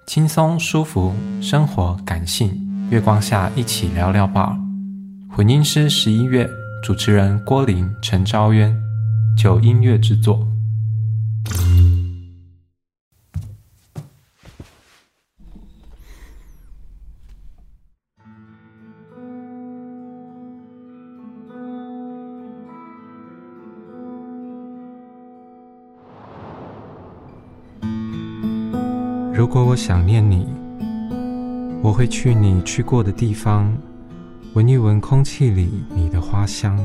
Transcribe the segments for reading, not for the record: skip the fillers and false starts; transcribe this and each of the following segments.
轻松舒服，生活感性，月光下一起聊聊吧。混音师11月，主持人郭霖、陈昭渊，就音乐制作。如果我想念你，我会去你去过的地方，闻一闻空气里你的花香。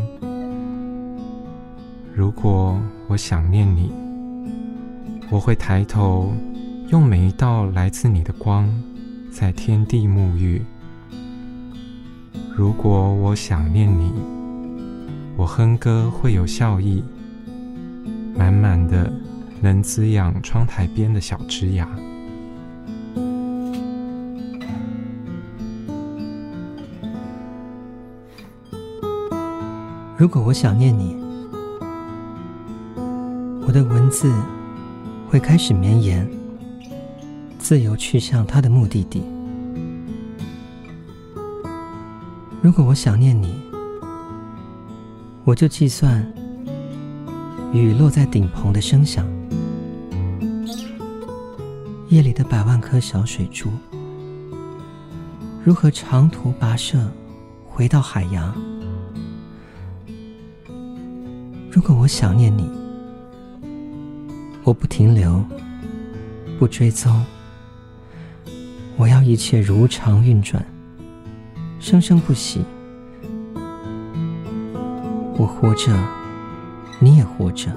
如果我想念你，我会抬头，用每一道来自你的光，在天地沐浴。如果我想念你，我哼歌会有笑意，满满的能滋养窗台边的小枝芽。 如果我想念你，我的文字会开始绵延，自由去向它的目的地。如果我想念你，我就计算雨落在顶棚的声响，夜里的百万颗小水珠如何长途跋涉回到海洋。如果我想念你，我不停留，不追踪，我要一切如常运转，生生不息。我活着，你也活着。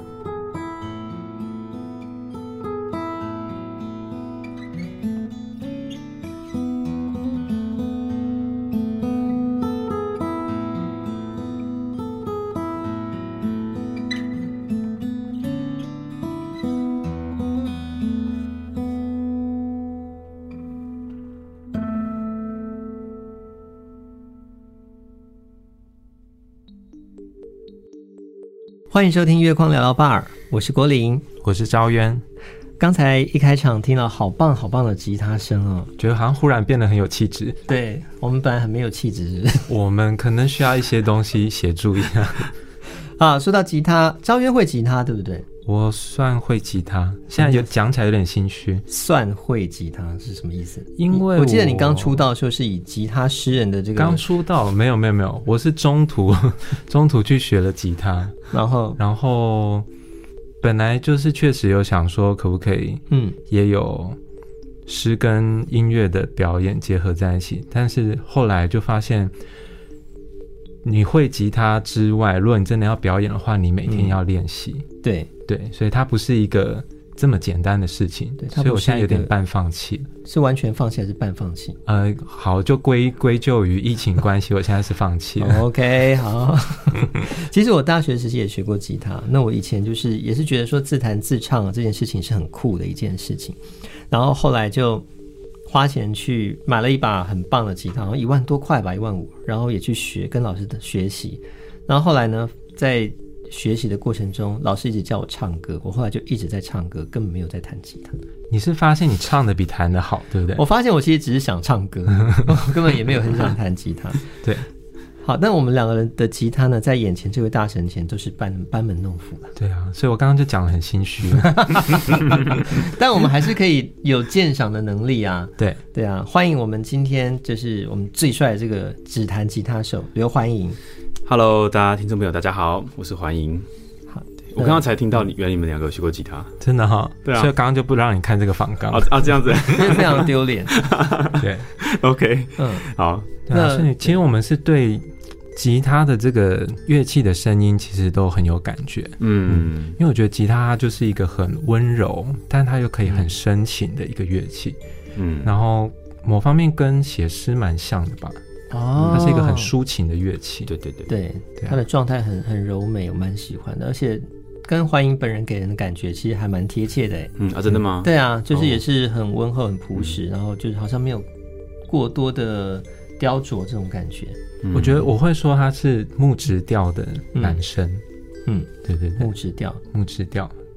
欢迎收听月光聊聊 bar， 我是郭霖， 我是昭渊。 刚才一开场听了好棒好棒的吉他声哦， 觉得好像忽然变得很有气质。 对，我们本来很没有气质， 我们可能需要一些东西协助一下。 啊，说到吉他，昭渊会吉他对不对？我算会吉他，现在讲起来有点心虚。 算会吉他是什么意思？ 因为我记得你刚出道的时候是以吉他诗人的这个。 刚出道没有，我是中途去学了吉他，然后本来就是确实有想说可不可以也有诗跟音乐的表演结合在一起，但是后来就发现你会吉他之外，如果你真的要表演的话，你每天要练习。对，所以它不是一个这么简单的事情。对，所以我现在有点半放弃了。 是完全放弃还是半放弃？ 好，就归咎于疫情关系，我现在是放弃了。 OK， 好。其实我大学时期也学过吉他，那我以前就是也是觉得说自弹自唱这件事情是很酷的一件事情，然后后来就花钱去买了一把很棒的吉他，好像1万多块吧，1万5，然后也去学，跟老师的学习。然后后来呢，在学习的过程中，老师一直叫我唱歌，我后来就一直在唱歌，根本没有在弹吉他。 你是发现你唱的比弹的好，对不对？ 我发现我其实只是想唱歌，我根本也没有很想弹吉他。 对。 好，那我们两个人的吉他呢，在眼前这位大神前都是班门弄斧了。 对啊，所以我刚刚就讲得很心虚。 但我们还是可以有鉴赏的能力啊。 对啊，欢迎我们今天就是我们最帅的这个指弹吉他手刘环莹。 Hello， 大家听众朋友，大家好，我是环莹。好，我刚刚才听到原来你们两个有学过吉他， 真的哈？ 对啊， 所以刚刚就不让你看这个访纲这样子， 因为非常丢脸。 对 ，OK， 好。 那所以其实我们是对吉他的这个乐器的声音其实都很有感觉。因为我觉得吉他它就是一个很温柔，但它又可以很深情的一个乐器。然后某方面跟写诗蛮像的吧。它是一个很抒情的乐器。 对，它的状态很柔美，我蛮喜欢的，而且跟环莹本人给人的感觉其实还蛮贴切的。 真的吗？ 对啊，就是也是很温厚很朴实，然后就是好像没有过多的雕琢这种感觉。 我觉得我会说他是木质调的男生。 对，木质调。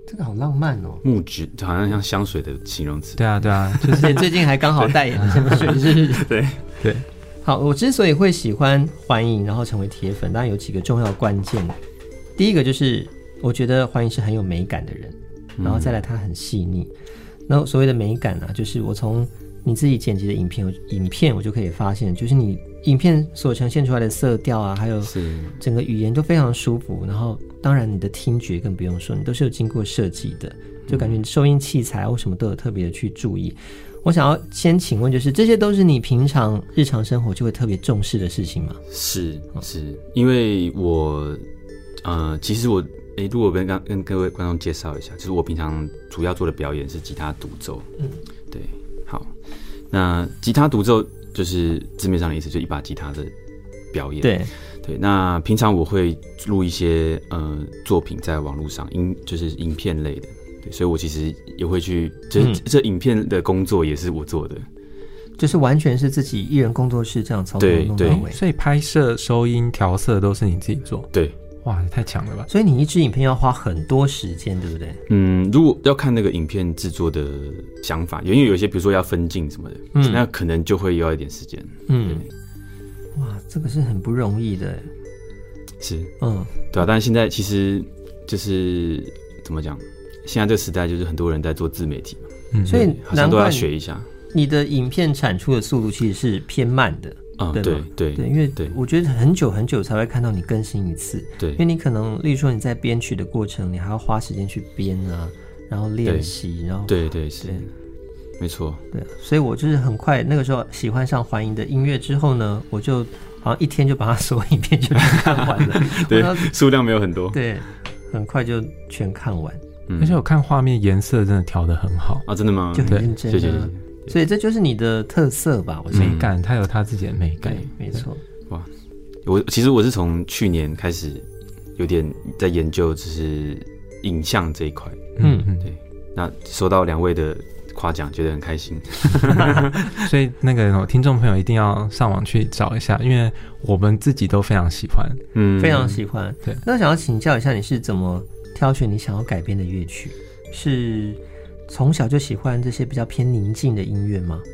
这个好浪漫哦， 木质好像像香水的形容词。 对啊，就是最近还刚好代言香水，是不是？ 对。 好，我之所以会喜欢环影，然后成为铁粉，当然有几个重要的关键。第一个就是我觉得环影是很有美感的人，然后再来他很细腻。那所谓的美感啊，就是我从你自己剪辑的影片我就可以发现，就是你影片所呈现出来的色调啊，还有整个语言都非常舒服。然后当然你的听觉更不用说，你都是有经过设计的，就感觉你收音器材或什么都有特别的去注意。我想要先请问，就是这些都是你平常日常生活就会特别重视的事情吗？ 是，因为我其实我如果跟各位观众介绍一下，就是我平常主要做的表演是吉他独奏。对，好，那吉他独奏就是字面上的意思，就一把吉他的表演。对，那平常我会录一些作品在网络上，就是影片类的。对，所以我其实也会去，这影片的工作也是我做的。 就是完全是自己艺人工作室这样从头弄到尾。 所以拍摄、收音、调色都是你自己做。 对。 哇，太强了吧！ 所以你一支影片要花很多时间，对不对？ 如果要看那个影片制作的想法，因为有一些比如说要分镜什么的，那可能就会要一点时间。 哇，这个是很不容易的。 是，对啊。但是现在其实就是怎么讲？现在这个时代就是很多人在做自媒体嘛， 所以好像都要学一下。 你的影片产出的速度其实是偏慢的。对，因为我觉得很久很久才会看到你更新一次。对，因为你可能，例如说你在编曲的过程，你还要花时间去编啊，然后练习，然后对，是，没错。 对，所以我就是很快那个时候喜欢上环影的音乐之后呢，我就好像一天就把它所有影片就看完了。 对，数量没有很多。 对，很快就全看完。 而且我看画面颜色真的调得很好啊，真的吗？ 就很认真。谢。所以这就是你的特色吧？我美感，它有它自己的美感。 对，没错。 哇，其实我是从去年开始有点在研究，就是影像这一块。对。那收到2位的夸奖，觉得很开心。 所以那个听众朋友一定要上网去找一下，因为我们自己都非常喜欢。 非常喜欢。 对。 那想要请教一下，你是怎么挑选你想要改编的乐曲？是从小就喜欢这些比较偏宁静的音乐吗？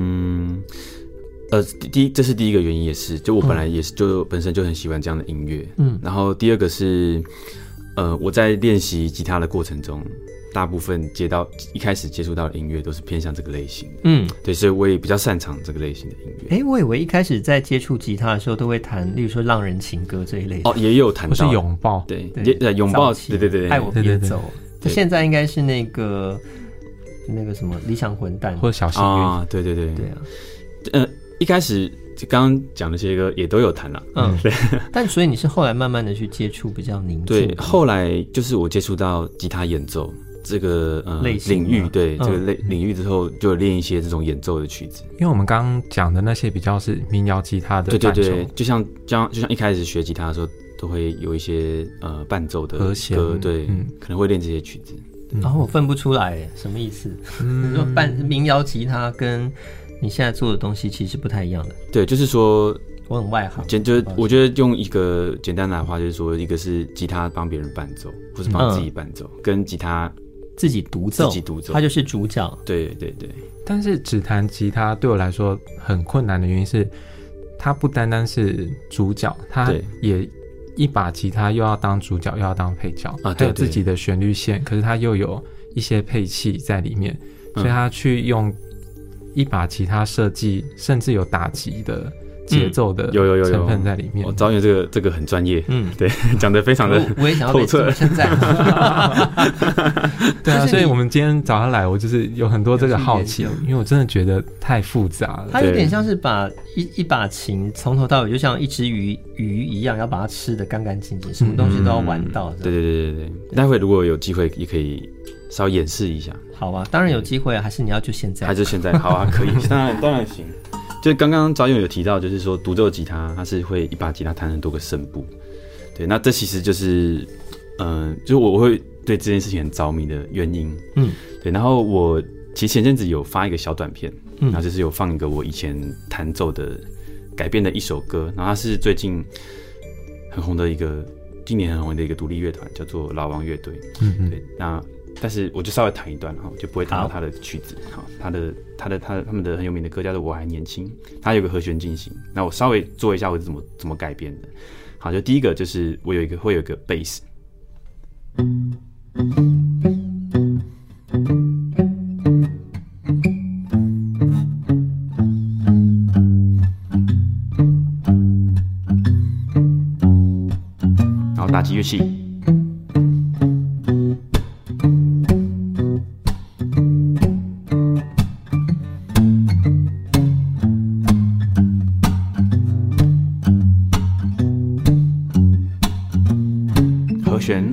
这是第一个原因，也是就我本来也是就本身就很喜欢这样的音乐。然后第二个是我在练习吉他的过程中，大部分一开始接触到的音乐都是偏向这个类型的。对，所以我也比较擅长这个类型的音乐。 我以为一开始在接触吉他的时候都会弹，例如说浪人情歌这一类的。 也有弹到， 或是拥抱。 对，拥抱。对， 爱我别走。现在应该是那个什么理想混蛋或者小幸运啊，对啊。一开始刚刚讲的这些歌也都有弹了。对。 但所以你是后来慢慢的去接触比较宁静。 对，后来就是我接触到吉他演奏这个领域，对这个领域之后，就有练一些这种演奏的曲子。 因为我们刚刚讲的那些比较是民谣吉他的伴奏， 对，就像一开始学吉他的时候，都会有一些伴奏的和弦， 对，可能会练这些曲子。 然后我分不出来什么意思。你说民谣吉他跟你现在做的东西其实不太一样的。 对，就是说我很外行。 就是我觉得用一个简单的话，就是说一个是吉他帮别人伴奏，或是帮自己伴奏，跟吉他自己独奏，他就是主角。 对。 但是只弹吉他对我来说很困难的原因是，他不单单是主角，他也一把吉他又要当主角又要当配角啊，还有自己的旋律线，可是他又有一些配器在里面，所以他去用一把吉他设计，甚至有打击的节奏的成分在里面。 我导演这个很专业，对，讲得非常的透彻。 我也想要被这么称赞。 对啊，所以我们今天找他来，我就是有很多这个好奇，因为我真的觉得太复杂了。 他有点像是把一把琴从头到尾，就像一只鱼一样，要把它吃得干干净净，什么东西都要玩到。 对。待会如果有机会，也可以稍微演示一下。 好啊，当然有机会啊，还是你要就现在？ 还是现在？好啊，可以，当然行。就刚刚早有提到，就是说独奏吉他，它是会一把吉他弹很多个声部。对，那这其实就是就是我会对这件事情很着迷的原因。对。然后我其实前阵子有发一个小短片，然后就是有放一个我以前弹奏的改编的一首歌，然后它是最近今年很红的一个独立乐团，叫做老王乐队。对。那但是我就稍微弹一段哈，就不会弹到他的曲子。好，他们的很有名的歌叫做《我还年轻》，他有个和弦进行。那我稍微做一下我是怎么改编的。好，就第一个就是会有一个贝斯。然后打击乐器。和弦。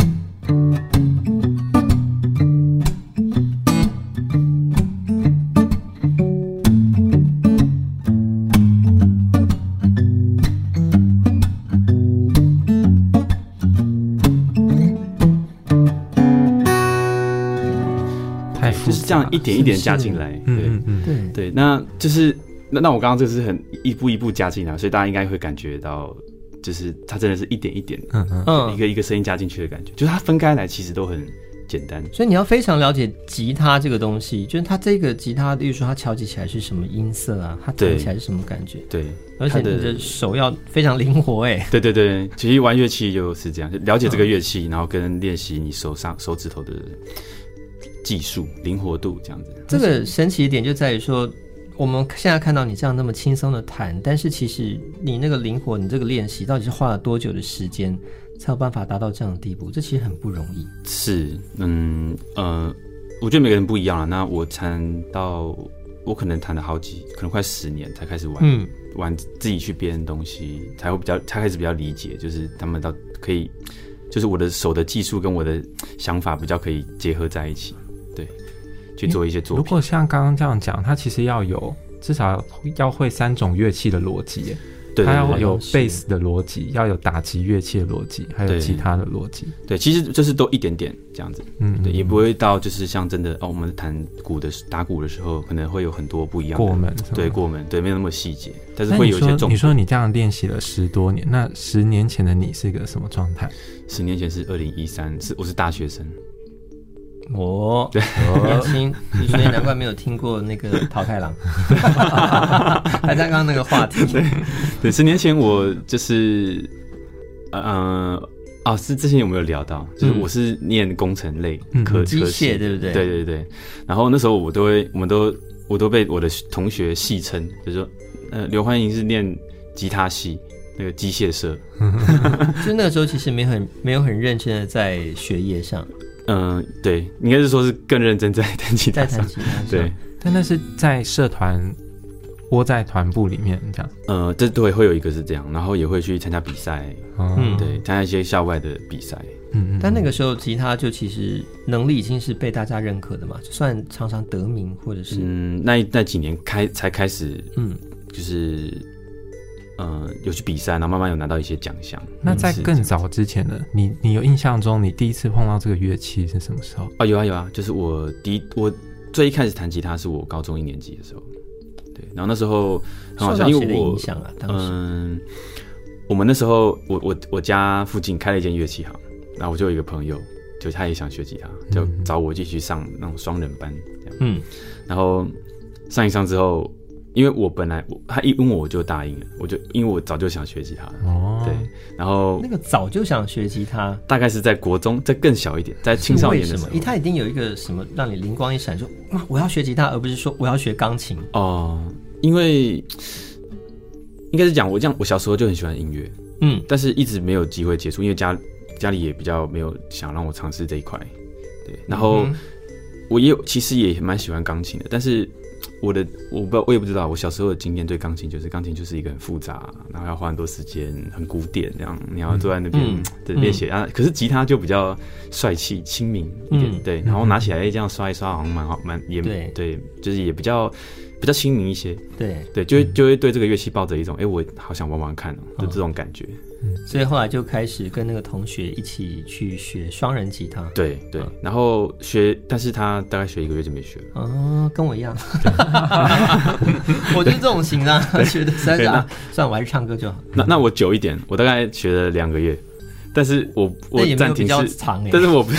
就是这样一点一点加进来，对，那就是那我刚刚这是很一步一步加进来，所以大家应该会感觉到，就是它真的是一点一点，一个声音加进去的感觉，就是它分开来其实都很简单。 所以你要非常了解吉他这个东西，就是它这个吉他，例如说它敲击起来是什么音色啊，它弹起来是什么感觉， 对， 而且你的手要非常灵活对，其实玩乐器就是这样，就了解这个乐器，然后跟练习你手指头的技术灵活度这样子。 这个神奇一点就在于说，我们现在看到你这样那么轻松的弹，但是其实你那个灵活，你这个练习到底是花了多久的时间才有办法达到这样的地步？这其实很不容易。 是，我觉得每个人不一样了。那我可能弹了可能快10年才开始玩自己去编东西，才开始比较理解，就是他们可以，就是我的手的技术跟我的想法比较可以结合在一起。去做一些作品。 如果像刚刚这样讲，它其实至少要会3种乐器的逻辑，它要有贝斯的逻辑，要有打击乐器的逻辑，还有吉他的逻辑。 对，其实就是都一点点这样子，对，也不会到就是像真的我们弹打鼓的时候，可能会有很多不一样的过门，对，没有那么细节，但是会有一些重点。 你说你这样练习了10多年，那10年前的你是一个什么状态 ？10年前是2013，我是大学生。 对，年轻，所以难怪没有听过那个桃太郎，还在刚刚那个话题。 对，10年前我就是是之前有没有聊到？就是我是念工程类机械，对不对？ 对。然后那时候我都被我的同学戏称，就是说刘欢迎是念吉他系。那个机械社， 就那个时候其实没有很认真的在学业上。 对，应该是说是更认真在弹吉他上。对， 但那是在社团窝在团部里面这样。 这对会有一个是这样，然后也会去参加比赛，对，参加一些校外的比赛。 但那个时候吉他就其实能力已经是被大家认可的嘛，就算常常得名或者是那几年才开始，就是有去比赛，然后慢慢有拿到一些奖项。 那在更早之前呢，你有印象中你第一次碰到这个乐器是什么时候？ 有啊，就是我最一开始弹吉他是我高中1年级的时候。对，然后那时候很好笑，因为影响啊，当时我们那时候我家附近开了一间乐器行，然后我就有一个朋友，就他也想学吉他，就找我继续上那种双人班这样。然后上一上之后。因为我本来他一问我就答应了，因为我早就想学吉他了，对，然后那个早就想学吉他， 大概是在国中，再更小一点，在青少年的时候， 他一定有一个什么让你灵光一闪，说我要学吉他，而不是说我要学钢琴因为应该是讲我小时候就很喜欢音乐，但是一直没有机会接触，因为家里也比较没有想让我尝试这一块，对，然后我其实也蛮喜欢钢琴的，但是。我也不知道，我小时候的经验对钢琴就是一个很复杂，然后要花很多时间，很古典这样，你要坐在那边练习可是吉他就比较帅气、亲民一点，对，然后拿起来这样刷一刷，好像蛮也对，就是也比较亲民一些，对，就会对这个乐器抱着一种我好想玩玩看就这种感觉。 所以后来就开始跟那个同学一起去学双人吉他。 对，然后学，但是他大概学1个月就没学了。跟我一样。我就是这种型啊，学的实在是算了，我还是唱歌就好。 那我久一点，我大概学了2个月，但是我暂停是， 长但是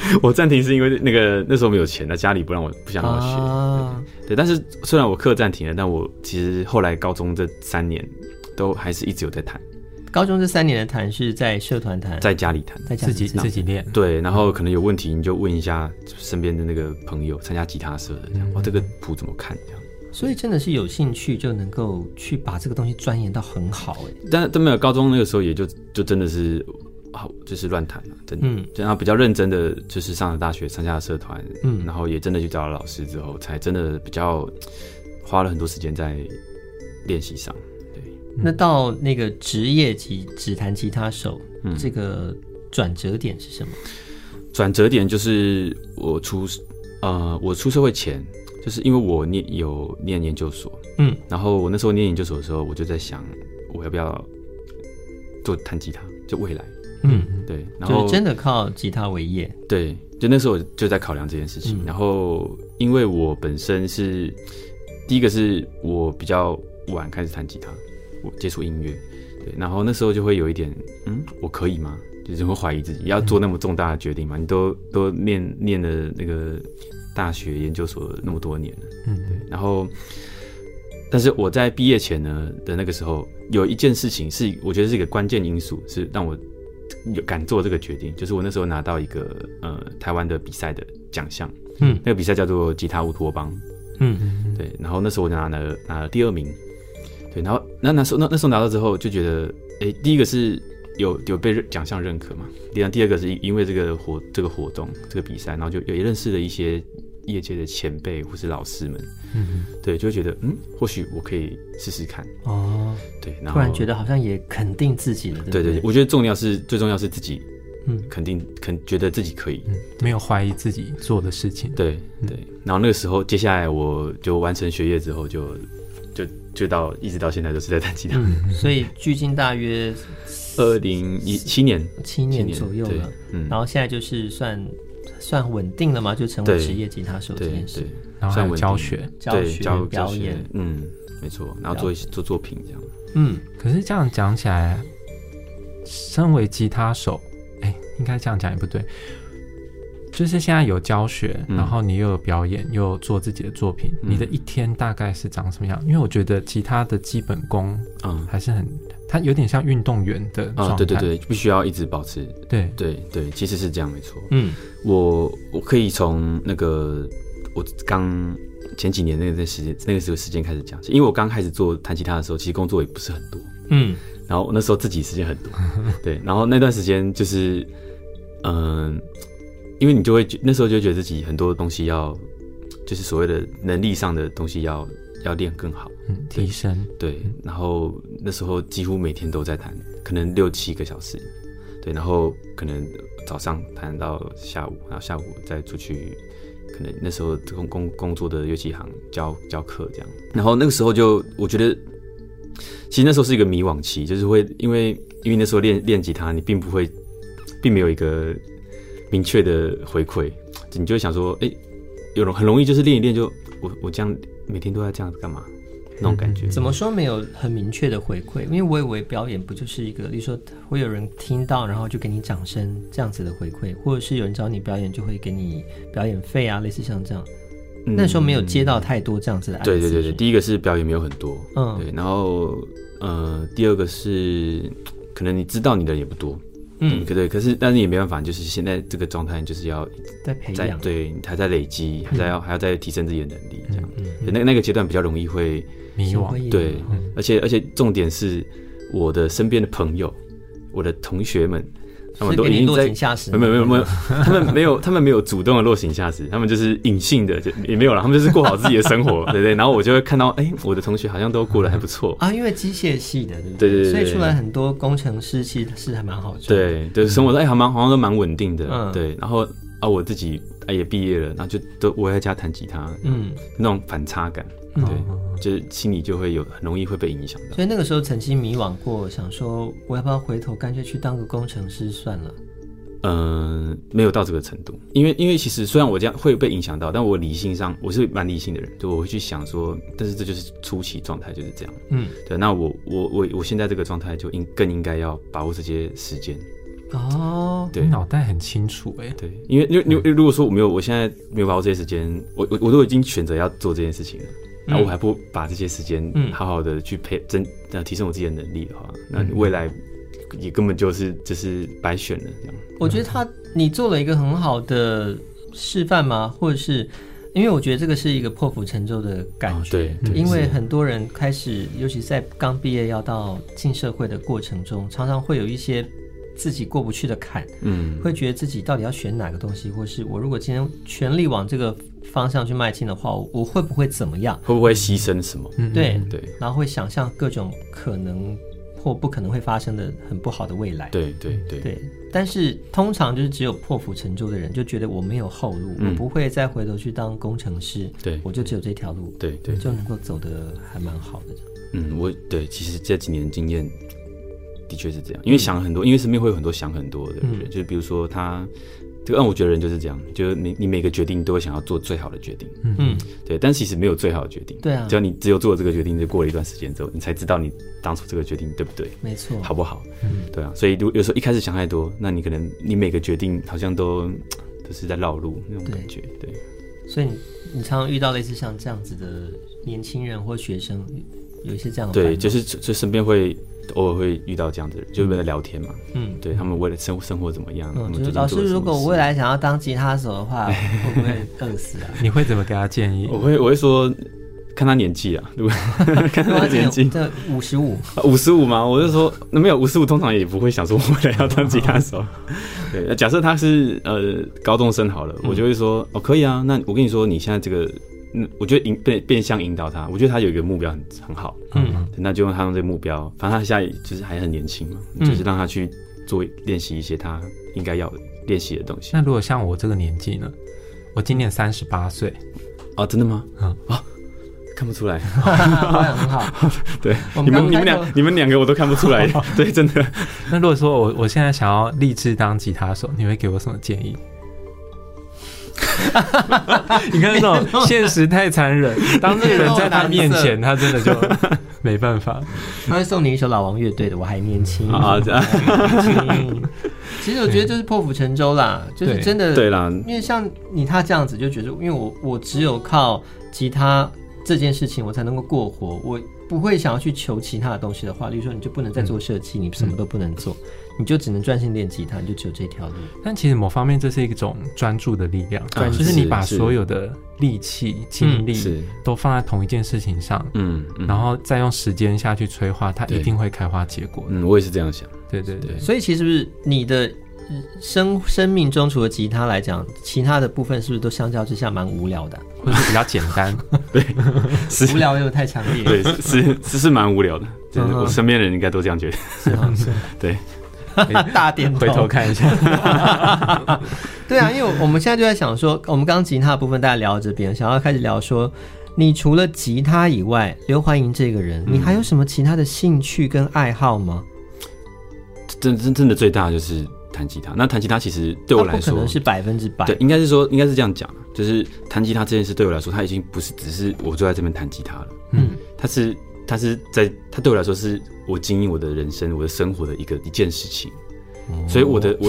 我暂停是因为那时候没有钱，那家里不想让我学。对，但是虽然我课暂停了，但我其实后来高中这3年都还是一直有在弹。 高中这3年的弹是在社团弹， 在家里弹， 在家里自己练。 对，然后可能有问题你就问一下身边的那个朋友，参加吉他社的这样，这个谱怎么看这样。 所以真的是有兴趣就能够去把这个东西钻研到很好但没有，高中那个时候也就真的是就是乱弹了，真的。然后比较认真的就是上了大学，参加了社团，然后也真的去找了老师之后，才真的比较花了很多时间在练习上。对， 那到那个职业级指弹吉他手，这个转折点是什么？ 转折点就是我出社会前。就是因为我念研究所，然后我那时候念研究所的时候，我就在想，我要不要做弹吉他，就未来，对，然后就是真的靠吉他为业， 对，就那时候我就在考量这件事情，然后因为我本身是第一个是我比较晚开始弹吉他，我接触音乐，对，然后那时候就会有一点，我可以吗？就是会怀疑自己要做那么重大的决定嘛，你都念了那个。大学研究所那么多年了，对。然后，但是我在毕业前呢的那个时候，有一件事情是我觉得是一个关键因素，是让我敢做这个决定，就是我那时候拿到一个台湾的比赛的奖项，那个比赛叫做吉他乌托邦，对。然后那时候我拿了第2名，对。然后那时候拿到之后就觉得，第一个是有被奖项认可嘛，第二个是因为这个活动这个比赛，然后就也认识了一些业界的前辈或是老师们，对，就会觉得或许我可以试试看对，然后突然觉得好像也肯定自己了，对不对？ 对，我觉得最重要是自己，觉得自己可以， 没有怀疑自己做的事情， 对。然后那个时候，接下来我就完成学业之后，就一直到现在都是在弹吉他， 所以距今大约 2017年 ，7年左右了，然后现在就是算稳定了嘛，就成为职业吉他手这件事， 然后还有教学表演， 没错，然后做作品这样， 可是这样讲起来，身为吉他手，应该这样讲也不对，就是现在有教学，然后你又有表演，又有做自己的作品，你的一天大概是长什么样？因为我觉得吉他的基本功，还是它有点像运动员的状态， 对，必须要一直保持， 对， 其实是这样，没错。我可以从那个我刚前几年那个时间开始讲，因为我刚开始做弹吉他的时候，其实工作也不是很多，然后那时候自己时间很多，对，然后那段时间就是，因为你就会那时候就觉得自己很多东西就是所谓的能力上的东西要练更好， 提升， 对，然后那时候几乎每天都在弹，可能6-7个小时，对，然后可能早上弹到下午，然后下午再出去，可能那时候工作的乐器行教课这样，然后那个时候我觉得，其实那时候是一个迷惘期，就是会因为那时候练吉他，你并没有一个明确的回馈，你就会想说，很容易就是练一练就我这样每天都在这样干嘛？那种感觉怎么说没有很明确的回馈？因为我以为表演不就是一个，例如说会有人听到然后就给你掌声这样子的回馈，或者是有人找你表演就会给你表演费啊，类似像这样。那时候没有接到太多这样子的案子。 对，第一个是表演没有很多，对，然后第二个是可能你知道你的也不多。对，但是也没办法，就是现在这个状态，就是要在培养， 对，你还在累积，还要再提升自己的能力，这样，那个阶段比较容易会迷惘， 对，而且重点是我的身边的朋友，我的同学们，他们都已经在落井下石， 没有，他们没有主动的落井下石，他们就是隐性的，就也没有了，他们就是过好自己的生活，对，然后我就会看到，我的同学好像都过得还不错啊，因为机械系的，对不对？对，所以出来很多工程师其实是还蛮好做的， 对，生活好像都蛮稳定的，对，然后我自己也毕业了，然后就都我在家弹吉他，那种反差感，对，就是心里就会很容易会被影响到。 所以那个时候曾经迷惘过，想说我要不要回头干脆去当个工程师算了。 没有到这个程度，因为其实虽然我这样会被影响到，但我理性上我是蛮理性的人，就我会去想说，但是这就是初期状态就是这样，对，那我现在这个状态就更应该要把握这些时间， 哦，对，脑袋很清楚哎。 对，因为如果说我现在没有把握这些时间，我都已经选择要做这件事情了，然后我还不把这些时间好好的去提升我自己的能力的话，那未来也根本就是白选了这样。 我觉得你做了一个很好的示范吗？或者是因为我觉得这个是一个破釜沉舟的感觉，对，因为很多人开始，尤其是在刚毕业要到进社会的过程中，常常会有一些自己过不去的坎，会觉得自己到底要选哪个东西，或是我如果今天全力往这个方向去迈进的话，我会不会怎么样？ 会不会牺牲什么？ 对，然后会想象各种可能或不可能会发生的很不好的未来。 对。 但是通常就是只有破釜沉舟的人就觉得我没有后路，我不会再回头去当工程师，对，我就只有这条路，对，就能够走得还蛮好的。 其实这几年的经验的确是这样，因为想很多，因为身边会有很多想很多的人，就是比如说这个让我觉得人就是这样，就是你每个决定都会想要做最好的决定，对，但其实没有最好的决定，对啊，只要你只有做了这个决定，就过了一段时间之后，你才知道你当初这个决定对不对， 没错， 好不好，对啊，所以有时候一开始想太多，那你可能你每个决定好像都是在绕路那种感觉，对， 所以你常常遇到类似像这样子的年轻人或学生，有一些这样的对，就身边会偶尔会遇到这样的人，就是为了聊天嘛，对他们为了生活怎么样， 就是老师，如果我未来想要当吉他手的话，会不会饿死啊？ 你会怎么给他建议？ 我会说，看他年纪啊，如果看他年纪， 这 55嘛，我就说那没有55，通常也不会想说我未来要当吉他手。对，假设他是高中生好了，我就会说可以啊，那我跟你说，你现在这个。我觉得变相引导他，我觉得他有一个目标很好，那就用他用这个目标，反正他现在就是还很年轻嘛，就是让他去练习一些他应该要练习的东西。 那如果像我这个年纪呢？我今年38岁。 哦，真的吗？看不出来， 很好。 对，你们两个我都看不出来，对，真的。 那如果说我现在想要立志当吉他手，你会给我什么建议？你看那种现实太残忍，当这个人在他面前，他真的就没办法。 他会送你一首老王乐队的《我还年轻》 这样。 其实我觉得就是破釜沉舟啦，就是真的对啦。 因为像他这样子，就觉得因为我只有靠吉他这件事情，我才能够过活。我不会想要去求其他的东西的话，例如说你就不能再做设计，你什么都不能做。你就只能专心练吉他，你就只有这条路。 但其实某方面这是一种专注的力量，就是你把所有的力气、精力都放在同一件事情上，然后再用时间下去催化，它一定会开花结果。 我也是这样想。 对。 所以其实是不是你的生命中除了吉他来讲，其他的部分是不是都相较之下蛮无聊的， 或者是比较简单？ 对， 无聊又太强烈。 对，是蛮无聊的。就是我身边的人应该都这样觉得。 是。 对。 大点头， 回头看一下。 对啊，因为我们现在就在想说，我们刚刚吉他的部分大家聊到这边，想要开始聊说，你除了吉他以外，刘环莹这个人，你还有什么其他的兴趣跟爱好吗？ 真的最大的就是弹吉他。那弹吉他其实对我来说， 不可能是100%。 对，应该是这样讲，就是弹吉他这件事对我来说，它已经不是只是我坐在这边弹吉他了。它对我来说是我经营我的人生、我的生活的一件事情，所以我的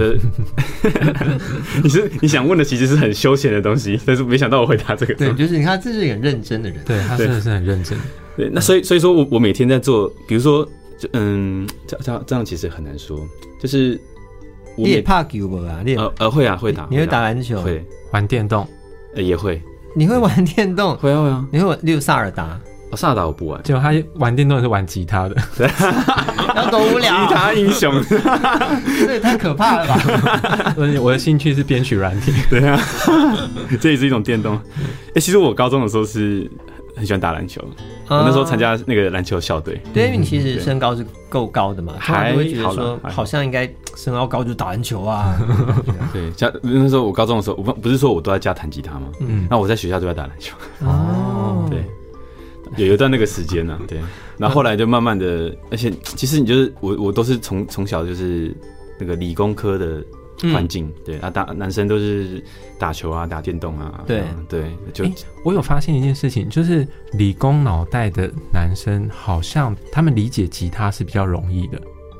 你想问的其实是很休闲的东西，但是没想到我回答这个。 对，就是你看，这是一个很认真的人， 对他真的是很认真。 对，那所以说我每天在做，比如说，这样其实很难说，就是你也怕球不啊？ 会啊，会打。 你会打篮球？ 会玩电动？ 也会。 你会玩电动？ 会啊。 你会例如萨尔达？ 萨尔达我不玩， 结果他玩电动是玩吉他的， 要多无聊！ 吉他英雄， 这也太可怕了吧！ 我的兴趣是编曲软体， 对啊，这也是一种电动。其实我高中的时候是很喜欢打篮球，我那时候参加那个篮球校队。 对，因为你其实身高是够高的嘛，还会觉得说好像应该身高就打篮球啊。 对，像那时候我高中的时候，我不是说我都在家弹吉他吗？那我在学校都在打篮球。对。有一段那个时间啊，对，然后后来就慢慢的，而且其实你就是我都是从小就是那个理工科的环境，对啊，男生都是打球啊，打电动啊，对，就我有发现一件事情，就是理工脑袋的男生好像他们理解吉他是比较容易的。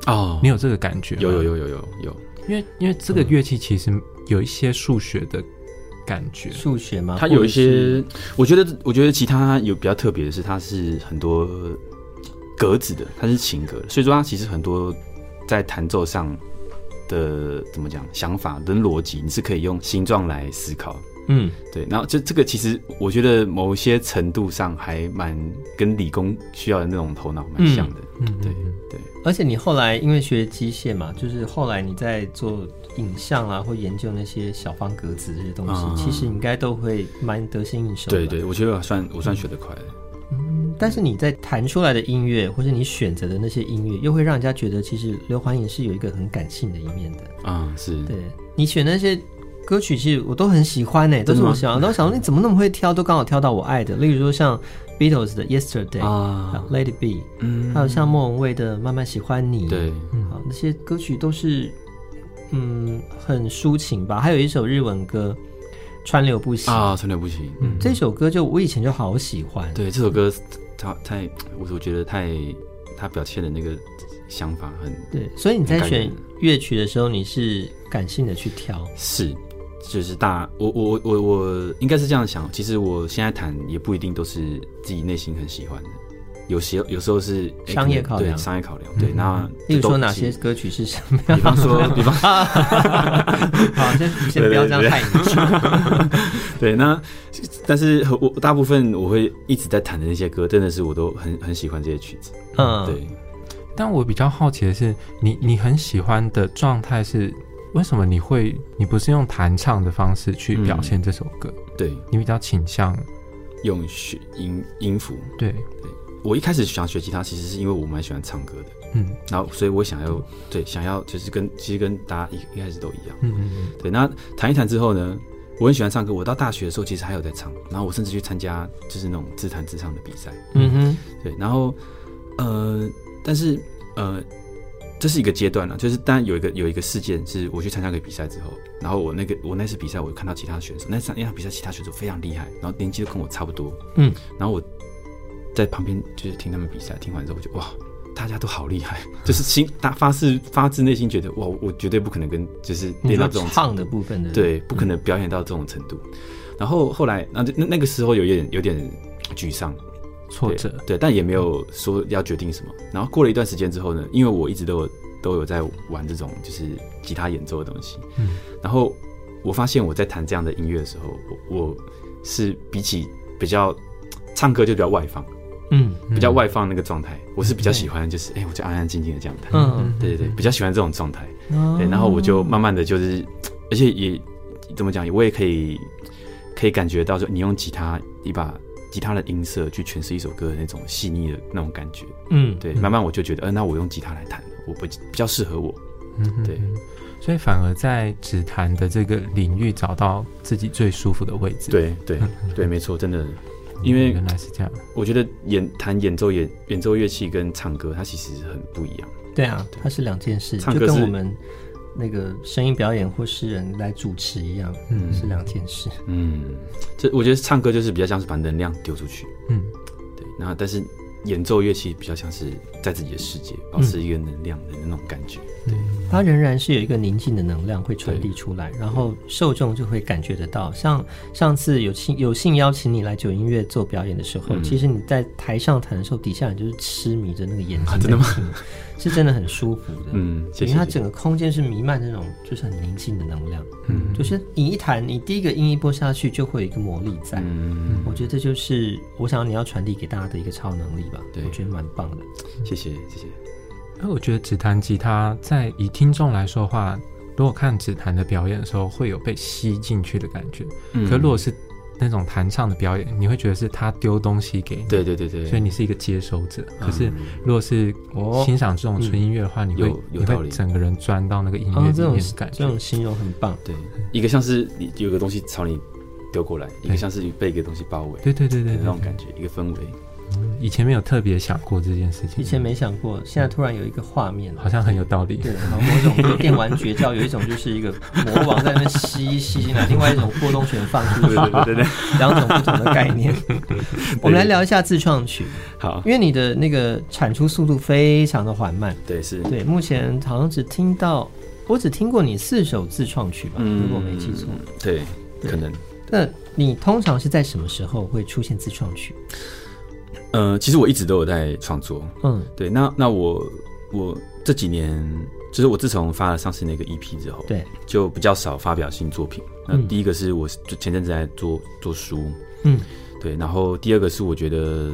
哦，你有这个感觉吗？ 有， 因为这个乐器其实有一些数学的感觉。 数学吗？ 它有一些，我觉得吉他有比较特别的是，它是很多格子的，它是琴格的，所以说它其实很多在弹奏上的怎么讲想法跟逻辑，你是可以用形状来思考。对，然后这个其实我觉得某些程度上还蛮跟理工需要的那种头脑蛮像的。对。 而且你后来因为学机械嘛，就是后来你在做影像啊，或研究那些小方格子这些东西，其实你应该都会蛮得心应手的。 对，我觉得我算学得快的。 但是你在弹出来的音乐，或是你选择的那些音乐，又会让人家觉得其实刘环颖是有一个很感性的一面的。 是。 对，你选那些歌曲其实我都很喜欢都是我喜欢，然后想说你怎么那么会挑，都刚好挑到我爱的。例如说像 Beatles 的 Yesterday、Let It Be，还有像莫文蔚的慢慢喜欢你， 对， 那些歌曲都是很抒情吧。还有一首日文歌川流不息川流不息， 这首歌就我以前就好喜欢。 对，这首歌我觉得他表现的那个想法很对，所以你在选乐曲的时候，你是感性的去挑， 就是我应该是这样想。其实我现在弹也不一定都是自己内心很喜欢的，有时候是商业考量， 对，商业考量。对，那例如说哪些歌曲是什么样？ 比方好，先不要这样害你。 对，那但是我大部分我会一直在弹的那些歌，真的是我都很喜欢这些曲子。对。 但我比较好奇的是，你很喜欢的状态是为什么？你不是用弹唱的方式去表现这首歌？ 对， 你比较倾向用音符。对，我一开始想学吉他，其实是因为我蛮喜欢唱歌的。然后所以我想要就是其实跟大家一开始都一样。对，那弹一弹之后呢，我很喜欢唱歌。我到大学的时候，其实还有在唱，然后我甚至去参加就是那种自弹自唱的比赛。对，然后但是这是一个阶段了，就是当然有一个事件是我去参加个比赛之后，然后我那次比赛我看到其他选手，那场比赛其他选手非常厉害，然后年纪都跟我差不多，然后我在旁边就是听他们比赛，听完之后我就哇，大家都好厉害，就是发自内心觉得哇，我绝对不可能跟就是练到这种唱的部分的， 对，不可能表演到这种程度。然后后来那个时候有点沮丧。 挫折， 对，但也没有说要决定什么。然后过了一段时间之后呢，因为我一直都有在玩这种就是吉他演奏的东西，然后我发现我在弹这样的音乐的时候，我是比起比较唱歌就比较外放，比较外放那个状态，我是比较喜欢就是我就安安静静的这样弹，对，比较喜欢这种状态，对，然后我就慢慢的就是，而且也怎么讲，我也可以感觉到说你用吉他一把吉他的音色去诠释一首歌的那种细腻的那种感觉，对，慢慢我就觉得，那我用吉他来弹，我比较适合我，对， 所以反而在指弹的这个领域找到自己最舒服的位置， 对，没错，真的，因为原来是这样， 我觉得弹演奏乐器跟唱歌，它其实很不一样， 对啊，它是两件事，就跟我们那个声音表演或诗人来主持一样，是两件事。 这我觉得唱歌就是比较像是把能量丢出去，对。然后但是演奏乐器比较像是在自己的世界保持一个能量的那种感觉，对。 它仍然是有一个宁静的能量会传递出来，然后受众就会感觉得到。像上次有幸邀请你来九音乐做表演的时候，其实你在台上弹的时候，底下人就是痴迷着那个眼睛， 真的吗？ 是真的很舒服的， 谢谢。 因为它整个空间是弥漫那种就是很宁静的能量，就是你一弹，你第一个音一拨下去就会有一个魔力在，我觉得这就是我想要你要传递给大家的一个超能力吧，我觉得蛮棒的， 谢谢。 我觉得指弹吉他在以听众来说的话，如果看指弹的表演的时候，会有被吸进去的感觉，可如果是那种弹唱的表演，你会觉得是他丢东西给你，对，所以你是一个接收者。可是如果是欣赏这种纯音乐的话，你会整个人钻到那个音乐里面的感觉， 这种形容很棒。 对，一个像是你有个东西朝你丢过来，一个像是被一个东西包围， 对， 那种感觉，一个氛围。 以前没有特别想过这件事情， 以前没想过，现在突然有一好像好像很有道理。 对，好像某种电玩绝招，有一种就是一个魔王在那边吸，另外一种波动拳放出去，对，两种不同的概念。我们来聊一下自创曲。 好， 因为你的那个产出速度非常的缓慢。 对，是。 对，目前好像我只听过你4首自创曲吧，如果没记错。 对，可能。 那你通常是在什么时候会出现自创曲？ 其实我一直都有在创作。对，那我这几年，就是我自从发了上次那个 EP 之后，对，就比较少发表新作品。那第一个是我就前阵子在做书，对，然后第二个是我觉得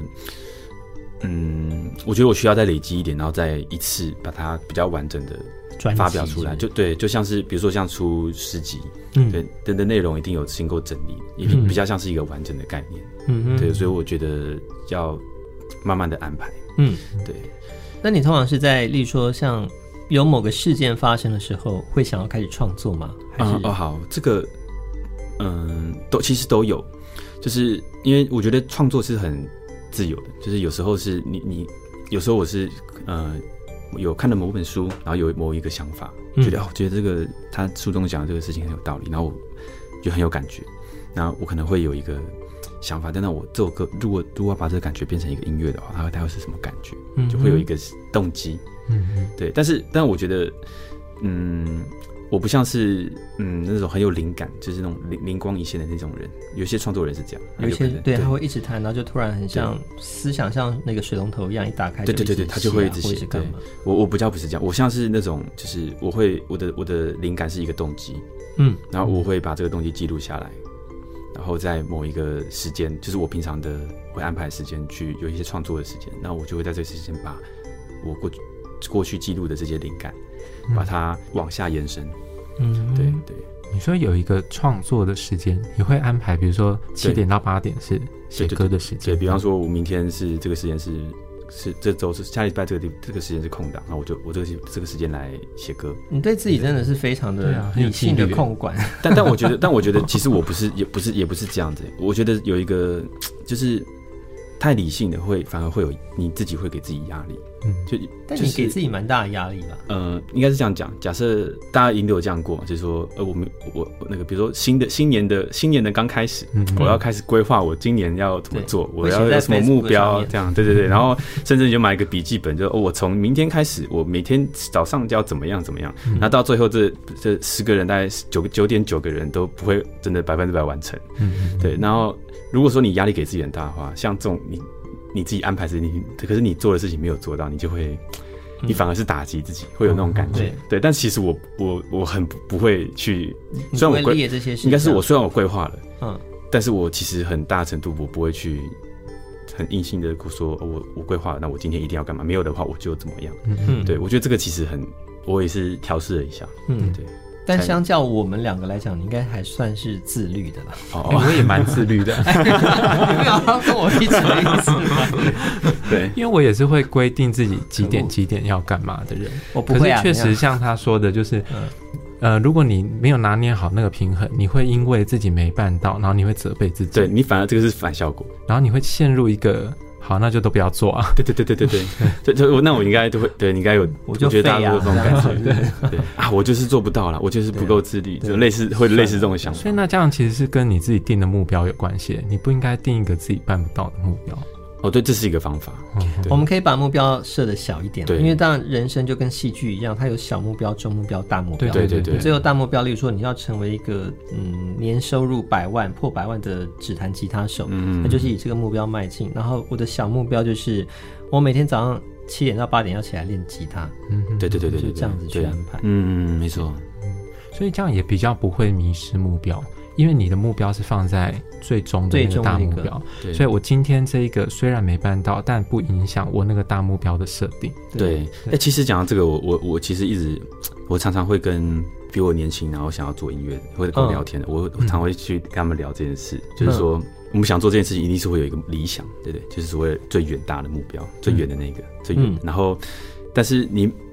我需要再累积一点，然后再一次把它比较完整的发表出来，就像是比如说像出诗集，对的内容一定有经过整理，一定比较像是一个完整的概念，对，所以我觉得要慢慢的安排，对。 那你通常是在例如说像有某个事件发生的时候，会想要开始创作吗？还是好，这个其实都有，就是因为我觉得创作是很自由的，就是有时候是你有时候我是有看了某本书，然后有某一个想法，觉得这个他书中讲的这个事情很有道理，然后我就很有感觉，然后我可能会有一个想法，但那我这首歌如果要把这个感觉变成一个音乐的话，它会是什么感觉？就会有一个动机，对。但我觉得，我不像是那种很有灵感，就是那种灵光一现的那种人。有些创作人是这样， 有些对他会一直弹，然后就突然很像思想像那个水龙头一样，一打开对，他就会一直写。对，我比较不是这样，我像是那种就是我的灵感是一个动机，然后我会把这个东西记录下来。然后在某一个时间，就是我平常的会安排时间去有一些创作的时间，那我就会在这个时间把我过去记录的这些灵感，把它往下延伸。对。 你说有一个创作的时间，你会安排，比如说7点到8点是写歌的时间。 对，比方说我明天是这个时间是这周是下礼拜这个时间是空档，然后我这个时间来写歌。 你对自己真的是非常的理性的控管。 但我觉得其实我也不是这样子。我觉得有一个就是太理性的反而会有你自己会给自己压力。 但你给自己蛮大的压力吧？ 应该是这样讲。假设大家一定都有这样过，就是说，我那个，比如说新年的刚开始，我要开始规划我今年要怎么做，我要有什么目标，这样，对。然后甚至你就买一个笔记本，就我从明天开始，我每天早上就要怎么样，然后到最后这10个人大概9.9个人都不会真的100%完成。对。然后如果说你压力给自己很大的话，像这种你自己安排自己，可是你做的事情没有做到，你反而是打击自己，会有那种感觉。对，但其实我很不会去，虽然我列这些事， 应该是虽然我规划了，但是我其实很大程度我不会去很硬性的说，我规划了，那我今天一定要干嘛？没有的话我就怎么样？对，我觉得这个其实我也是调试了一下。对。 但相较我们2个来讲，你应该还算是自律的啦。 我也蛮自律的。 你没有要跟我一起的意思吗？ 对，因为我也是会规定自己几点要干嘛的人。 我不会啊。 可是确实像他说的，就是如果你没有拿捏好那个平衡，你会因为自己没办到，然后你会责备自己。 对，你反而这个是反效果， 然后你会陷入一个。好，那就都不要做啊！ 对，那我应该都会，对，你应该有， 我就觉得大家都有这种感觉，对啊，我就是做不到了，我就是不够自律，就类似这种想法。 所以那这样其实是跟你自己定的目标有关系，你不应该定一个自己办不到的目标。 对，这是一个方法。 我们可以把目标设得小一点，因为当然人生就跟戏剧一样，它有小目标、中目标、大目标。 对。 最后大目标，例如说你要成为一个年收入100万、破100万的指弹吉他手，那就是以这个目标迈进。然后我的小目标就是我每天早上7点到8点要起来练吉他。 对，就这样子去安排。 没错。 所以这样也比较不会迷失目标。因为你的目标是放在最终的那个大目标，所以我今天这一个虽然没办到，但不影响我那个大目标的设定。 对，其实讲到这个，我其实我常常会跟比我年轻然后想要做音乐或者跟我聊天的，我常会去跟他们聊这件事，就是说我们想做这件事情一定是会有一个理想，对不对？就是所谓最远大的目标，最远的那个最远。然后，但是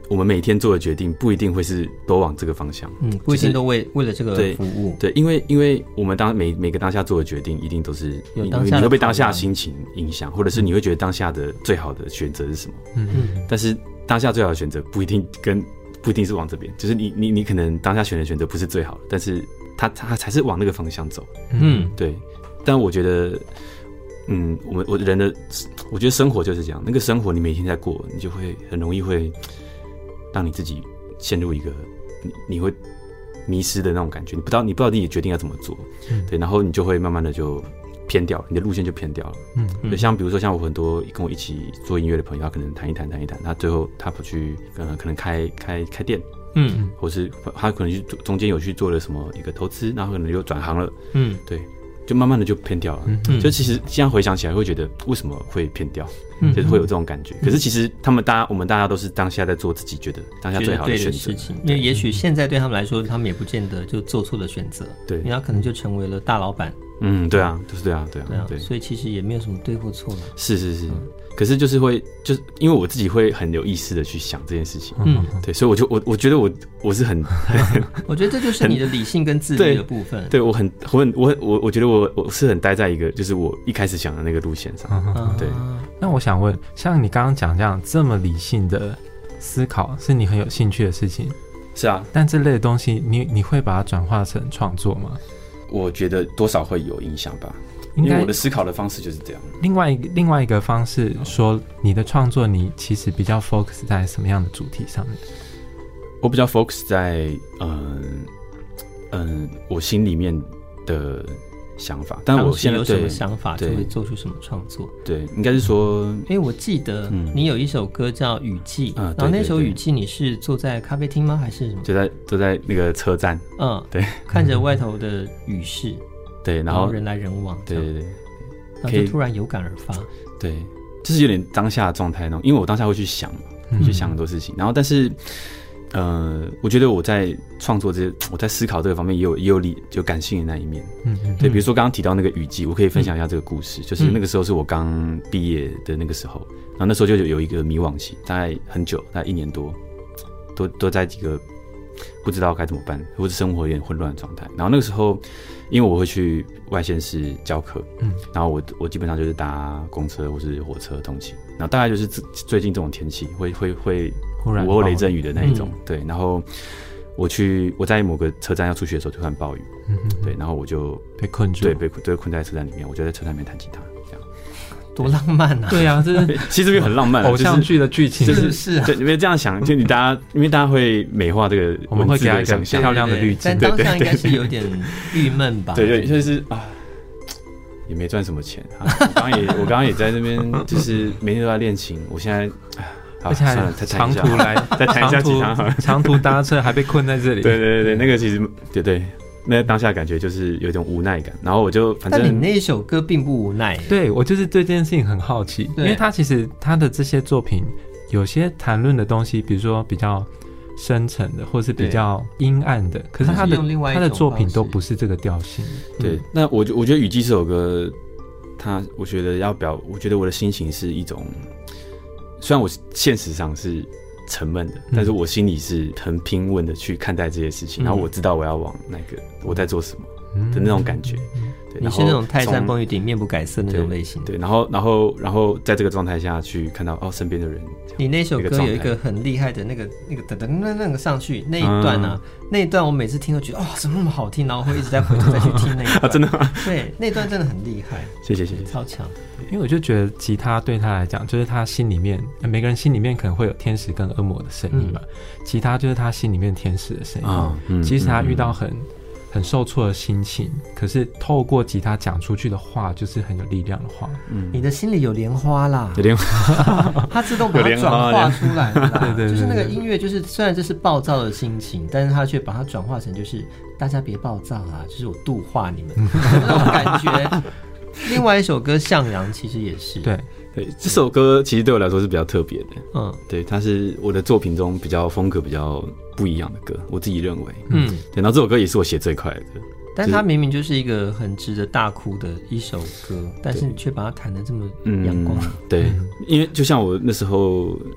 我们每天做的决定不一定会是都往这个方向， 不一定都为了这个服务。 对，因为我们每个当下做的决定，一定都是你会被当下心情影响，或者是你会觉得当下的最好的选择是什么？但是当下最好的选择不一定是往这边，就是你可能当下选择不是最好的，但是他才是往那个方向走。对。但我觉得，我人的，我觉得生活就是这样，那个生活你每天在过，你就会很容易会让你自己陷入一个你会迷失的那种感觉，你不知道自己决定要怎么做，对，然后你就会慢慢的就偏掉了，你的路线就偏掉了。就像比如说像我很多跟我一起做音乐的朋友，他可能弹一弹，他最后他跑去可能开店，或是他可能去中间有去做了什么一个投资，然后可能就转行了，对。就慢慢的就偏掉了，就其实现在回想起来会觉得为什么会偏掉，就是会有这种感觉。可是其实我们大家都是当下在做自己觉得当下最好的选择， 因为也许现在对他们来说，他们也不见得就做错了选择，对，因为他可能就成为了大老板。 对啊，就是对啊， 所以其实也没有什么对或错了。 是。可是就是因为我自己会很有意识的去想这件事情，对，所以我觉得我是很我觉得这就是你的理性跟自律的部分。 对，我觉得我是很待在一个就是我一开始想的那个路线上。对， 那我想问，像你刚刚讲这么理性的思考，是你很有兴趣的事情。 是啊， 但这类的东西，你会把它转化成创作吗？ 我觉得多少会有影响吧。因为我的思考的方式就是这样。 另外一个方式说，你的创作你其实比较 focus 在什么样的主题上面？ 我比较 focus 在我心里面的想法，但我现在有什么想法就会做出什么创作。 对，应该是说， 我记得你有一首歌叫《雨季》，然后那首《雨季》你是坐在咖啡厅吗？还是什么？ 坐在那个车站，对， 看着外头的雨势。 对，然后人来人往， 对， 然后就突然有感而发， 对，就是有点当下的状态那种，因为我当下会去想去想很多事情，然后但是我觉得我在创作我在思考这个方面也有感性的那一面，对，比如说刚刚提到那个雨季，我可以分享一下这个故事，就是那个时候是我刚毕业的那个时候，然后那时候就有一个迷惘期，大概很久，大概1年多，都在几个不知道该怎么办，或者生活有点混乱的状态，然后那个时候。因为我会去外县市教课，然后我基本上就是搭公车或是火车通勤，然后大概就是最近这种天气会午后雷阵雨的那一种，对，然后我在某个车站要出去的时候突然暴雨，对，然后我就被困住， 对，被困在车站里面，我就在车站里面弹吉他，这样多浪漫啊！ 对啊，这是其实很浪漫， 偶像剧的剧情， 是， 对，因为这样想，就因为大家会美化这个， 我们会给他一个漂亮的滤镜， 但当下应该是有点郁闷吧？ 对，就是啊，也没赚什么钱啊。我刚刚也在那边，就是每天都在练琴。我现在好，算了， 长途来， 再弹一下吉他好了。 长途搭车还被困在这里。 对，那个其实对。那当下感觉就是有一种无奈感，然后我就反正。 但你那一首歌并不无奈。 对，我就是对这件事情很好奇，因为他其实他的这些作品有些谈论的东西，比如说比较深沉的，或是比较阴暗的，可是他的作品都不是这个调性。 对，那我觉得《雨季》这首歌，我觉得我觉得我的心情是一种，虽然我现实上是沉闷的，但是我心里是很平稳的去看待这些事情，然后我知道我要往我在做什么的那种感觉。对， 你是那种泰山崩于顶面不改色那种类型。 对，然后在这个状态下去看到身边的人。 你那首歌有一个很厉害的那个那个上去那一段啊，那一段我每次听都觉得怎么那么好听，然后会一直在回头再去听那一段。 真的吗？ 对，那段真的很厉害。 谢谢， 超强。 因为我就觉得吉他对他来讲，就是他心里面每个人心里面可能会有天使跟恶魔的声音嘛，吉他就是他心里面天使的声音。即使他遇到很受挫的心情，可是透过吉他讲出去的话，就是很有力量的话。 你的心里有莲花啦， 有莲花， 它自动把它转化出来了啦。 对， 就是那个音乐，就是虽然这是暴躁的心情，但是它却把它转化成就是大家别暴躁啊，就是我度化你们那种感觉。另外一首歌《向阳》其实也是对， 这首歌其实对我来说是比较特别的。对，它是我的作品中风格比较不一样的歌，我自己认为。对，然后这首歌也是我写最快的歌， 但它明明就是一个很值得大哭的一首歌，但是你却把它弹得这么阳光。 对，因为就像我那时候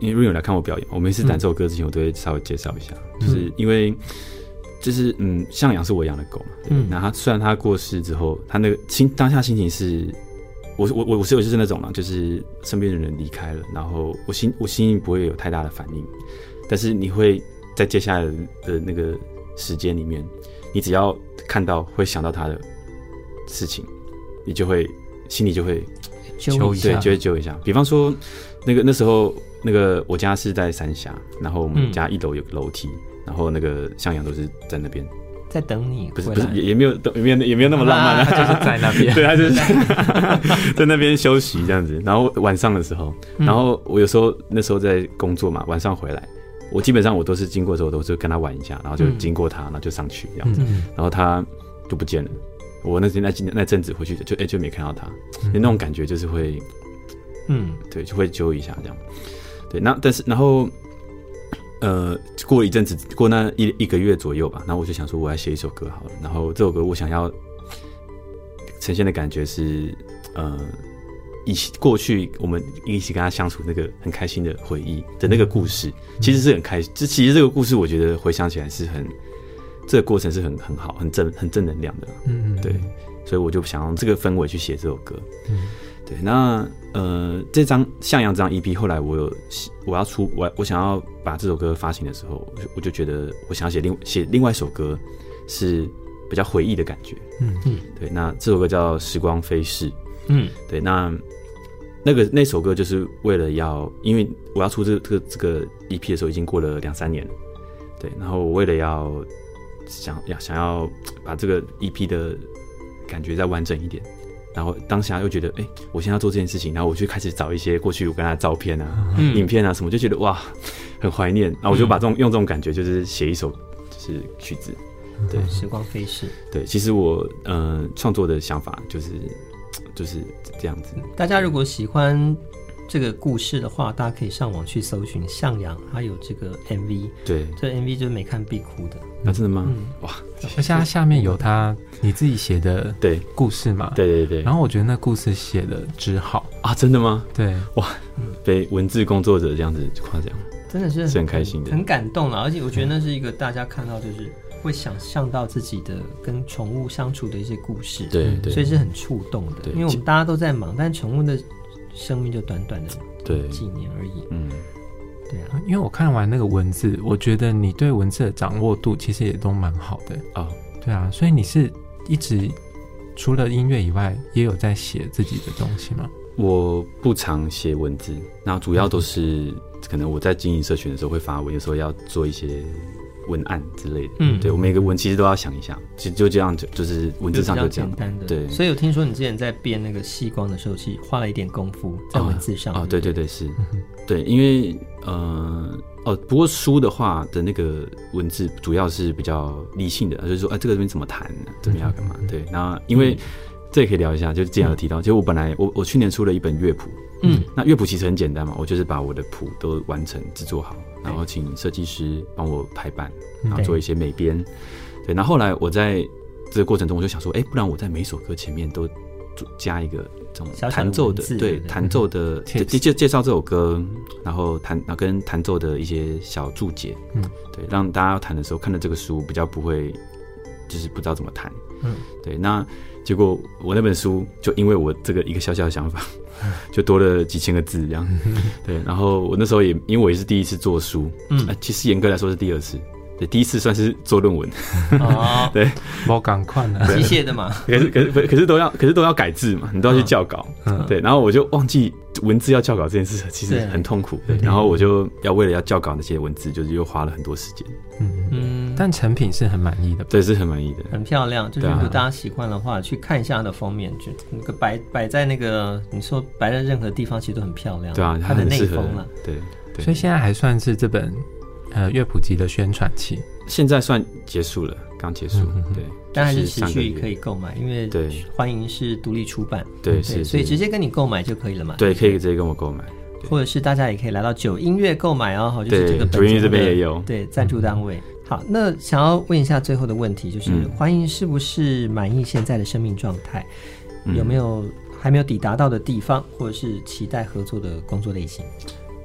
因为如果有来看我表演，我每次弹这首歌之前，我都会稍微介绍一下，就是因为就是向阳是我养的狗嘛，那他虽然他过世之后，他那个当下心情是，我就是那种嘛，就是身边的人离开了，然后我心情不会有太大的反应，但是你会在接下来的那个时间里面，你只要看到会想到他的事情，你就会心里就会揪一下， 对，就会揪一下。比方说那时候我家是在三峡，然后我们家1楼有个楼梯。然后那个向阳都是在那边在等你， 不是也没有那么浪漫啊， 他就是在那边， 对，他就是在那边休息这样子。然后晚上的时候，然后我有时候那时候在工作嘛，晚上回来，我基本上我都是经过的时候，我都是跟他玩一下，然后就经过他，然后就上去这样子，然后他就不见了。我那阵子回去就没看到他，那种感觉就是会，对，就会揪一下这样。对，但是然后。过了一阵子，过那一个月左右吧，然后我就想说，我要写一首歌好了。然后这首歌我想要呈现的感觉是，过去我们一起跟他相处那个很开心的回忆的那个故事，其实是很开心。其实这个故事，我觉得回想起来是这个过程是很好、很正能量的。对，所以我就想用这个氛围去写这首歌。对，那这张向阳这张 EP 后来我想要把这首歌发行的时候，我就觉得我想要写另外一首歌是比较回忆的感觉。对，那这首歌叫《时光飞逝》。对，那首歌就是为了因为我要出这个 EP 的时候已经过了2-3年了。对，然后我为了想要把这个 EP 的感觉再完整一点。然后当下又觉得，我现在要做这件事情，然后我就开始找一些过去我跟他的照片啊、影片啊什么，就觉得哇，很怀念。然后我就把用这种感觉，就是写一首就是曲子。对， 时光飞逝。 对，其实我创作的想法就是这样子。 大家如果喜欢这个故事的话，大家可以上网去搜寻向阳，还有这个 MV。对，这 MV 就是没看必哭的。 真的吗？哇！ 而且它下面有你自己写的故事嘛？ 对。 然后我觉得那故事写的之好啊！真的吗？ 对， 哇，被文字工作者这样子夸奖， 真的是很开心的， 很感动了。而且我觉得那是一个大家看到就是会想象到自己的跟宠物相处的一些故事， 对， 所以是很触动的。因为我们大家都在忙，但宠物的生命就短短的几年而已。对啊， 因为我看完那个文字，我觉得你对文字的掌握度其实也都蛮好的哦。对啊，所以你是一直除了音乐以外，也有在写自己的东西吗？ 我不常写文字，然后主要都是可能我在经营社群的时候会发文，有时候要做一些文案之类的。对，我每个文其实都要想一下，其实就这样，就是文字上就这样简单的。 对， 所以有听说你之前在编那个细光的时候，其实花了一点功夫在文字上。 对，是，对，因为不过书的话的那个文字主要是比较理性的，就是说这个东西怎么弹，怎么样干嘛。对，那因为这也可以聊一下，就是之前有提到，就我去年出了一本乐谱。那乐谱其实很简单嘛，我就是把我的谱都完成制作好，然后请设计师帮我排版，然后做一些美编。对，然后后来我在这个过程中，我就想说，不然我在每一首歌前面都加一个这种弹奏的，对，弹奏的介绍这首歌，然后跟弹奏的一些小注解，对，让大家弹的时候看到这个书比较不会就是不知道怎么弹。对，那结果我那本书就因为我这个一个小小的想法，就多了几千个字这样。对，然后我那时候因为我也是第一次做书，其实严格来说是第2次。对，第一次算是做论文。对， 我赶快了， 机械的嘛。 可是都要改字嘛，你都要去校稿。对，然后我就忘记文字要校稿这件事，其实很痛苦。对，然后我就为了要校稿那些文字，就是又花了很多时间。 但成品是很满意的。 对，是很满意的， 很漂亮。就是如果大家喜欢的话，去看一下它的封面，就那个摆在那个你说摆在任何地方，其实都很漂亮。 对啊， 它的内封了。 对， 所以现在还算是这本乐谱集的宣传期， 现在算结束了，刚结束。对， 但还是持续可以购买，因为欢迎是独立出版。 对，是， 所以直接跟你购买就可以了嘛。 对，可以直接跟我购买， 或者是大家也可以来到9音乐购买哦。就是这个 9音乐这边也有赞助单位。好，那想要问一下最后的问题，就是欢迎是不是满意现在的生命状态？有没有还没有抵达到的地方，或者是期待合作的工作类型？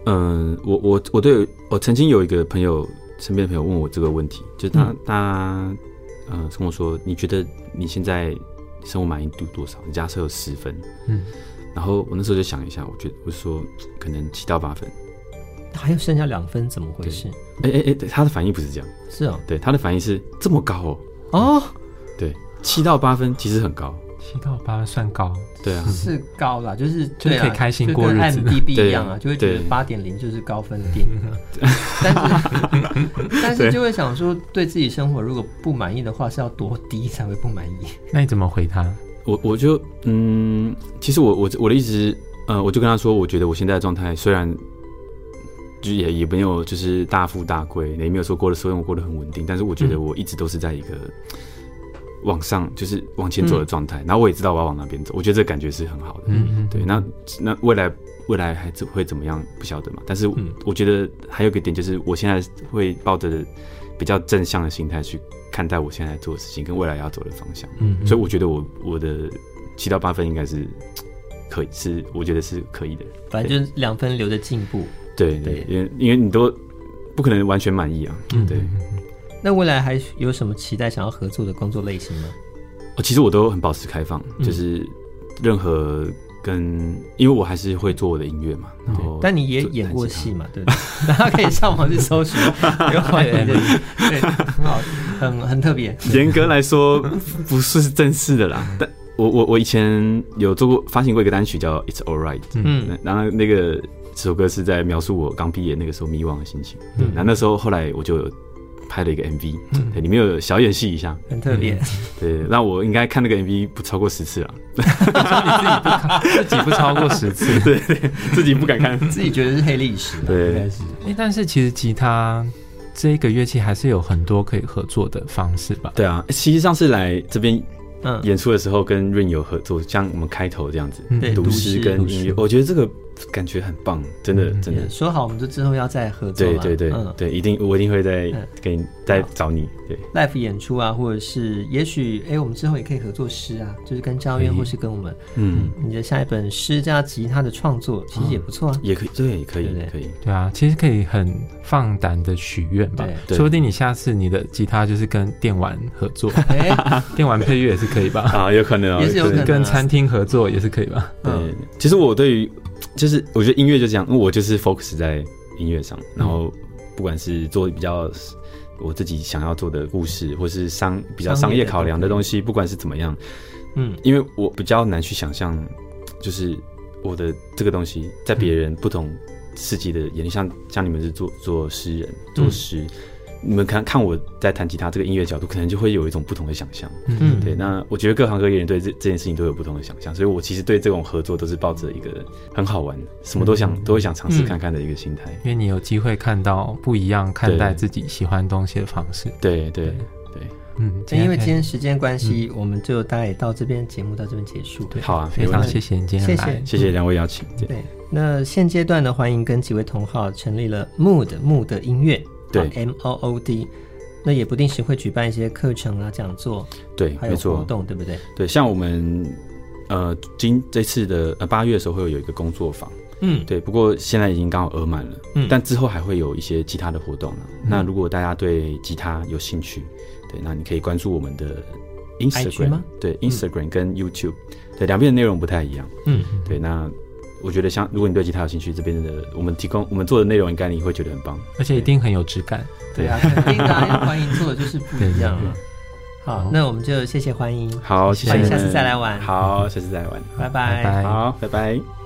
我曾经有一个朋友，身边的朋友问我这个问题，就是他跟我说，你觉得你现在生活满意度多少？你假设有10分，然后我那时候就想一下，我说可能7到8分， 还有剩下2分，怎么回事？ 他的反应不是这样， 是哦， 对，他的反应是这么高对，7到8分其实很高。 7到8分算高， 对啊， 是高啦，就是可以开心过日子， 就跟 IMDB 一样啊，就会觉得8.0就是高分的电影啊。但是就会想说，对自己生活如果不满意的话，是要多低才会不满意？ 那你怎么回他？ 我就其实我的意思是，我就跟他说，我觉得我现在的状态虽然就也没有就是大富大贵，也没有说生活过得很稳定，但是我觉得我一直都是在一个往上，就是往前走的状态，然后我也知道我要往哪边走，我觉得这个感觉是很好的。对，那未来还会怎么样不晓得嘛，但是我觉得还有一个点就是，我现在会抱着比较正向的心态去看待我现在做的事情跟未来要走的方向。所以我觉得我的7到8分应该是可以，是我觉得是可以的。 反正就是2分留着进步。 对，因为你都不可能完全满意啊。对。 那未来还有什么期待想要合作的工作类型吗？ 其实我都很保持开放，就是任何因为我还是会做我的音乐嘛，然后但你也演过戏嘛，对不对？大家可以上网去搜寻，对，很好，很特别。 严格来说不是正式的啦，但我以前有发行过一个单曲叫 It's Alright， 然后这首歌是在描述我刚毕业那个时候迷惘的心情。然后那时候后来我就有拍了一个 MV，对，里面有小演戏一下， 很特别。 对，那我应该看那个 MV 不超过10次了。 你自己不超过10次， 对，自己不敢看， 自己觉得是黑历史。 对， 应该是。 但是其实吉他这个乐器还是有很多可以合作的方式吧？ 对啊，其实上次来这边演出的时候跟润有合作，像我们开头这样子，读诗跟音乐，我觉得这个感觉很棒，真的。 说好我们之后要再合作嘛。 对，我一定会再找你。对 ，live 演出啊，或者是也许我们之后也可以合作诗啊，就是跟张渊或是跟我们，你的下一本诗加吉他的创作，其实也不错啊。 也可以，对，可以。 对啊，其实可以很放胆的许愿吧，说不定你下次你的吉他就是跟电玩合作，电玩配乐也是可以吧？ 啊，有可能也是有可能。 跟餐厅合作也是可以吧？ 对，其实我对于就是我觉得音乐就这样，因为我就是 focus 在音乐上，然后不管是做比较我自己想要做的故事，或是比较商业考量的东西，不管是怎么样，因为我比较难去想象，就是我的这个东西在别人不同世纪的眼里，像你们是做诗人做诗。你们看我在弹吉他这个音乐角度，可能就会有一种不同的想象。对，那我觉得各行各业人对这件事情都有不同的想象，所以我其实对这种合作都是抱着一个很好玩，什么都会想尝试看看的一个心态。 因为你有机会看到不一样看待自己喜欢东西的方式。 对。 因为今天时间关系，我们就大概到这边节目到这边结束。 好啊， 非常谢谢你今天来， 谢谢两位邀请。 对，那现阶段呢，欢迎跟几位同好成立了 Mood 的音乐。对 ，MOOD， 那也不定时会举办一些课程啊、讲座， 对， 还有活动，对不对？ 对，像我们这次的8月的时候会有一个工作坊，对，不过现在已经刚好额满了，但之后还会有一些其他的活动那如果大家对吉他有兴趣，对，那你可以关注我们的 Instagram 吗？对 ，Instagram 跟 YouTube， 对，两边的内容不太一样，对，那。我觉得如果你对吉他有兴趣，这边的我们做的内容应该你会觉得很棒， 而且一定很有质感。 对啊，肯定的，要欢迎做的就是不一样。好，那我们就谢谢欢迎。 好，谢谢， 下次再来玩。 好，下次再来玩。 拜拜。 好，拜拜。